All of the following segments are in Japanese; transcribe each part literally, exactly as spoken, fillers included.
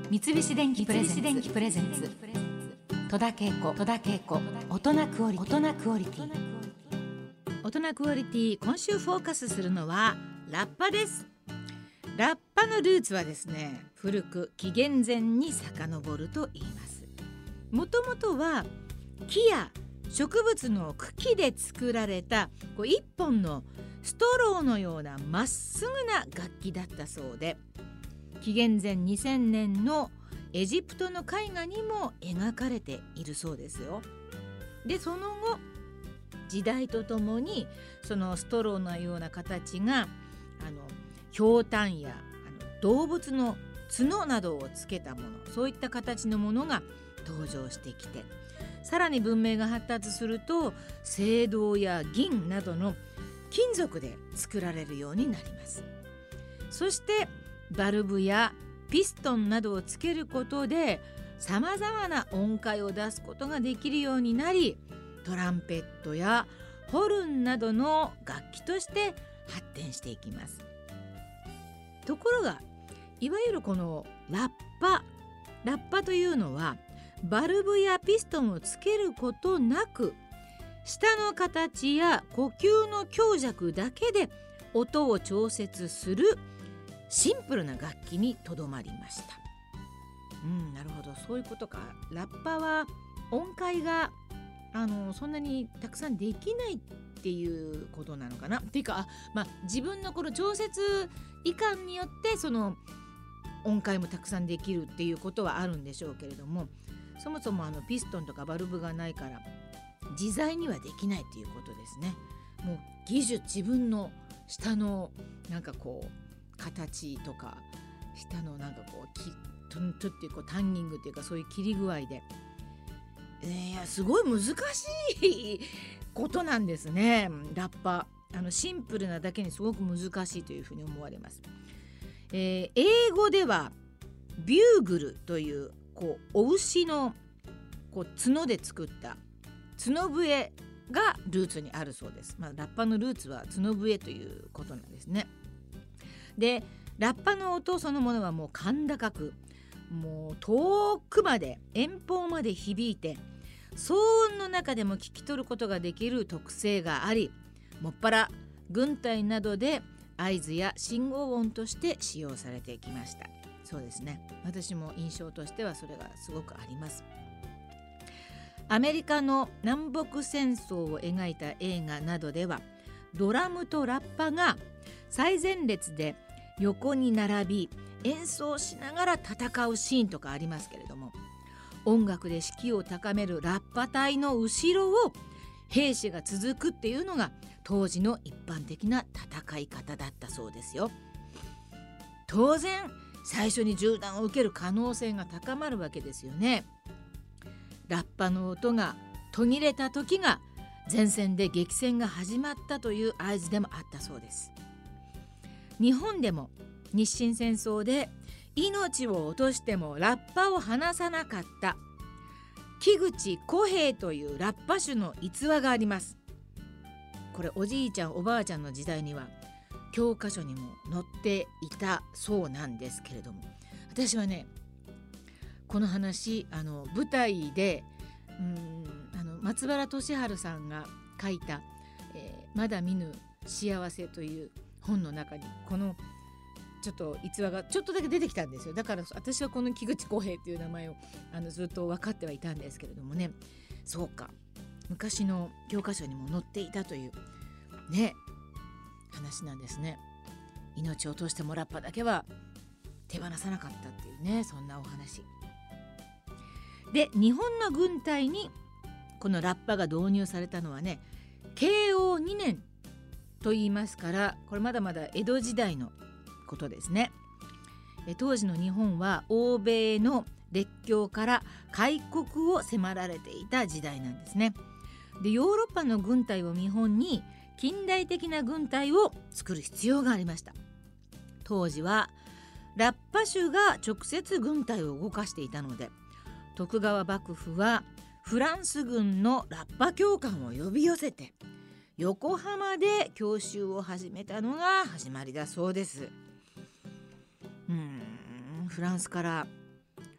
三菱電機プレゼンツ戸田恵子大人クオリティ大人クオリティ。今週フォーカスするのはラッパです。ラッパのルーツはですね、古く紀元前に遡ると言います。もともとは木や植物の茎で作られたこう一本のストローのようなまっすぐな楽器だったそうで、紀元前にせんねんのエジプトの絵画にも描かれているそうですよ。でその後時代とともにそのストローのような形があのひょうたんやあの動物の角などをつけたもの、そういった形のものが登場してきて、さらに文明が発達すると青銅や銀などの金属で作られるようになります。そしてバルブやピストンなどをつけることでさまざまな音階を出すことができるようになり、トランペットやホルンなどの楽器として発展していきます。ところがいわゆるこのラッパラッパというのはバルブやピストンをつけることなく、舌の形や呼吸の強弱だけで音を調節するシンプルな楽器にとどまりました。うん、なるほど、そういうことか。ラッパは音階があのそんなにたくさんできないっていうことなのかな。っていうか、あ、まあ、自分のこの調節いかんによってその音階もたくさんできるっていうことはあるんでしょうけれども、そもそもあのピストンとかバルブがないから自在にはできないっていうことですね。もう技術、自分の下のなんかこう形とか下のなんかこうきトントっていうこうタンギングっていうか、そういう切り具合で、えー、いやすごい難しいことなんですね。ラッパあのシンプルなだけにすごく難しいというふうに思われます。えー、英語ではビューグルというこうお牛のこう角で作った角笛がルーツにあるそうです。まあ、ラッパのルーツは角笛ということなんですね。でラッパの音そのものはもう甲高く、もう遠くまで遠方まで響いて、騒音の中でも聞き取ることができる特性があり、もっぱら軍隊などで合図や信号音として使用されてきました。そうですね、私も印象としてはそれがすごくあります。アメリカの南北戦争を描いた映画などではドラムとラッパが最前列で横に並び演奏しながら戦うシーンとかありますけれども、音楽で士気を高めるラッパ隊の後ろを兵士が続くっていうのが当時の一般的な戦い方だったそうですよ。当然最初に銃弾を受ける可能性が高まるわけですよね。ラッパの音が途切れた時が前線で激戦が始まったという合図でもあったそうです。日本でも日清戦争で命を落としてもラッパを離さなかった木口小平というラッパ手の逸話があります。これおじいちゃんおばあちゃんの時代には教科書にも載っていたそうなんですけれども、私はねこの話あの舞台でうーんあの松原俊治さんが書いた、えー、まだ見ぬ幸せという本の中にこのちょっと逸話がちょっとだけ出てきたんですよ。だから私はこの木口小平っていう名前をあのずっと分かってはいたんですけれどもね、そうか昔の教科書にも載っていたというね話なんですね。命を落としてもラッパだけは手放さなかったっていうね、そんなお話で、日本の軍隊にこのラッパが導入されたのはねけいおうにねんと言いますから、これまだまだ江戸時代のことですね。え当時の日本は欧米の列強から開国を迫られていた時代なんですね。でヨーロッパの軍隊を見本に近代的な軍隊を作る必要がありました。当時はラッパ手が直接軍隊を動かしていたので、徳川幕府はフランス軍のラッパ教官を呼び寄せて横浜で教習を始めたのが始まりだそうです。うーんフランスから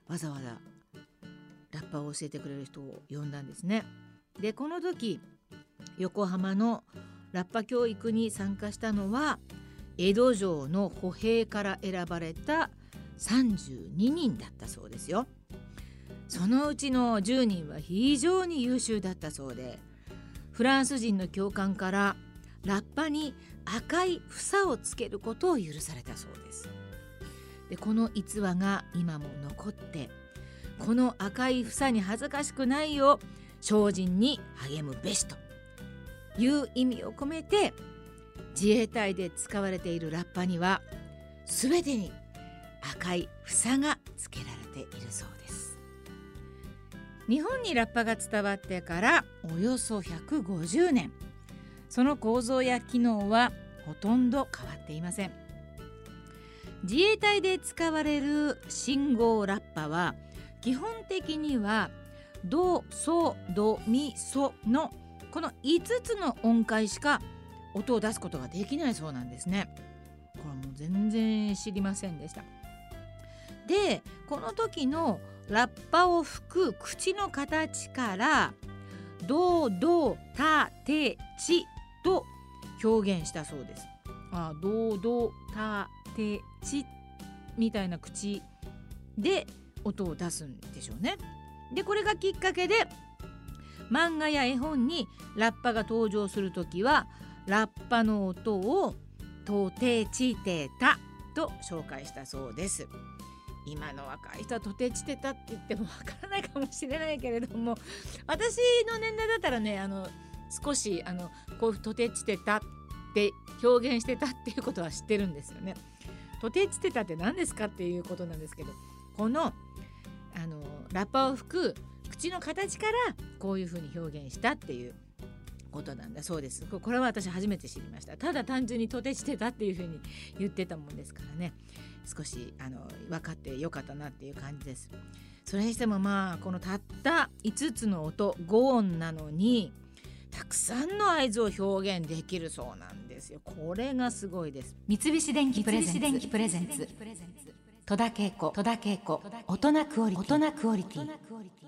わざわざラッパを教えてくれる人を呼んだんですね。でこの時横浜のラッパ教育に参加したのは江戸城の歩兵から選ばれたさんじゅうににんだったそうですよ。そのうちのじゅうにんは非常に優秀だったそうで、フランス人の教官からラッパに赤い房をつけることを許されたそうです。でこの逸話が今も残って、この赤い房に恥ずかしくないよう精進に励むべしという意味を込めて、自衛隊で使われているラッパには全てに赤い房がつけられているそうです。日本にラッパが伝わってからおよそひゃくごじゅうねん、その構造や機能はほとんど変わっていません。自衛隊で使われる信号ラッパは基本的にはドソドミソのこのいつつの音階しか音を出すことができないそうなんですね。これもう全然知りませんでした。でこの時のラッパを吹く口の形からドドタテチと表現したそうです。あドドタテチみたいな口で音を出すんでしょうね。でこれがきっかけで漫画や絵本にラッパが登場するときはラッパの音をトテチテタと紹介したそうです。今の若い人はトテチテタって言ってもわからないかもしれないけれども、私の年代だったらね、あの少しあのこうトテチテタって表現してたっていうことは知ってるんですよね。トテチテタって何ですかっていうことなんですけど、このあのラッパを吹く口の形からこういうふうに表現したっていうことなんだそうです。これは私初めて知りました。ただ単純にトテチテタっていうふうに言ってたもんですからね、少しあの分かってよかったなっていう感じです。それにしてもまあこのたったいつつの音ご音なのにたくさんの合図を表現できるそうなんですよ。これがすごいです。 三菱電機プレゼンツ戸田恵子大人クオリティ。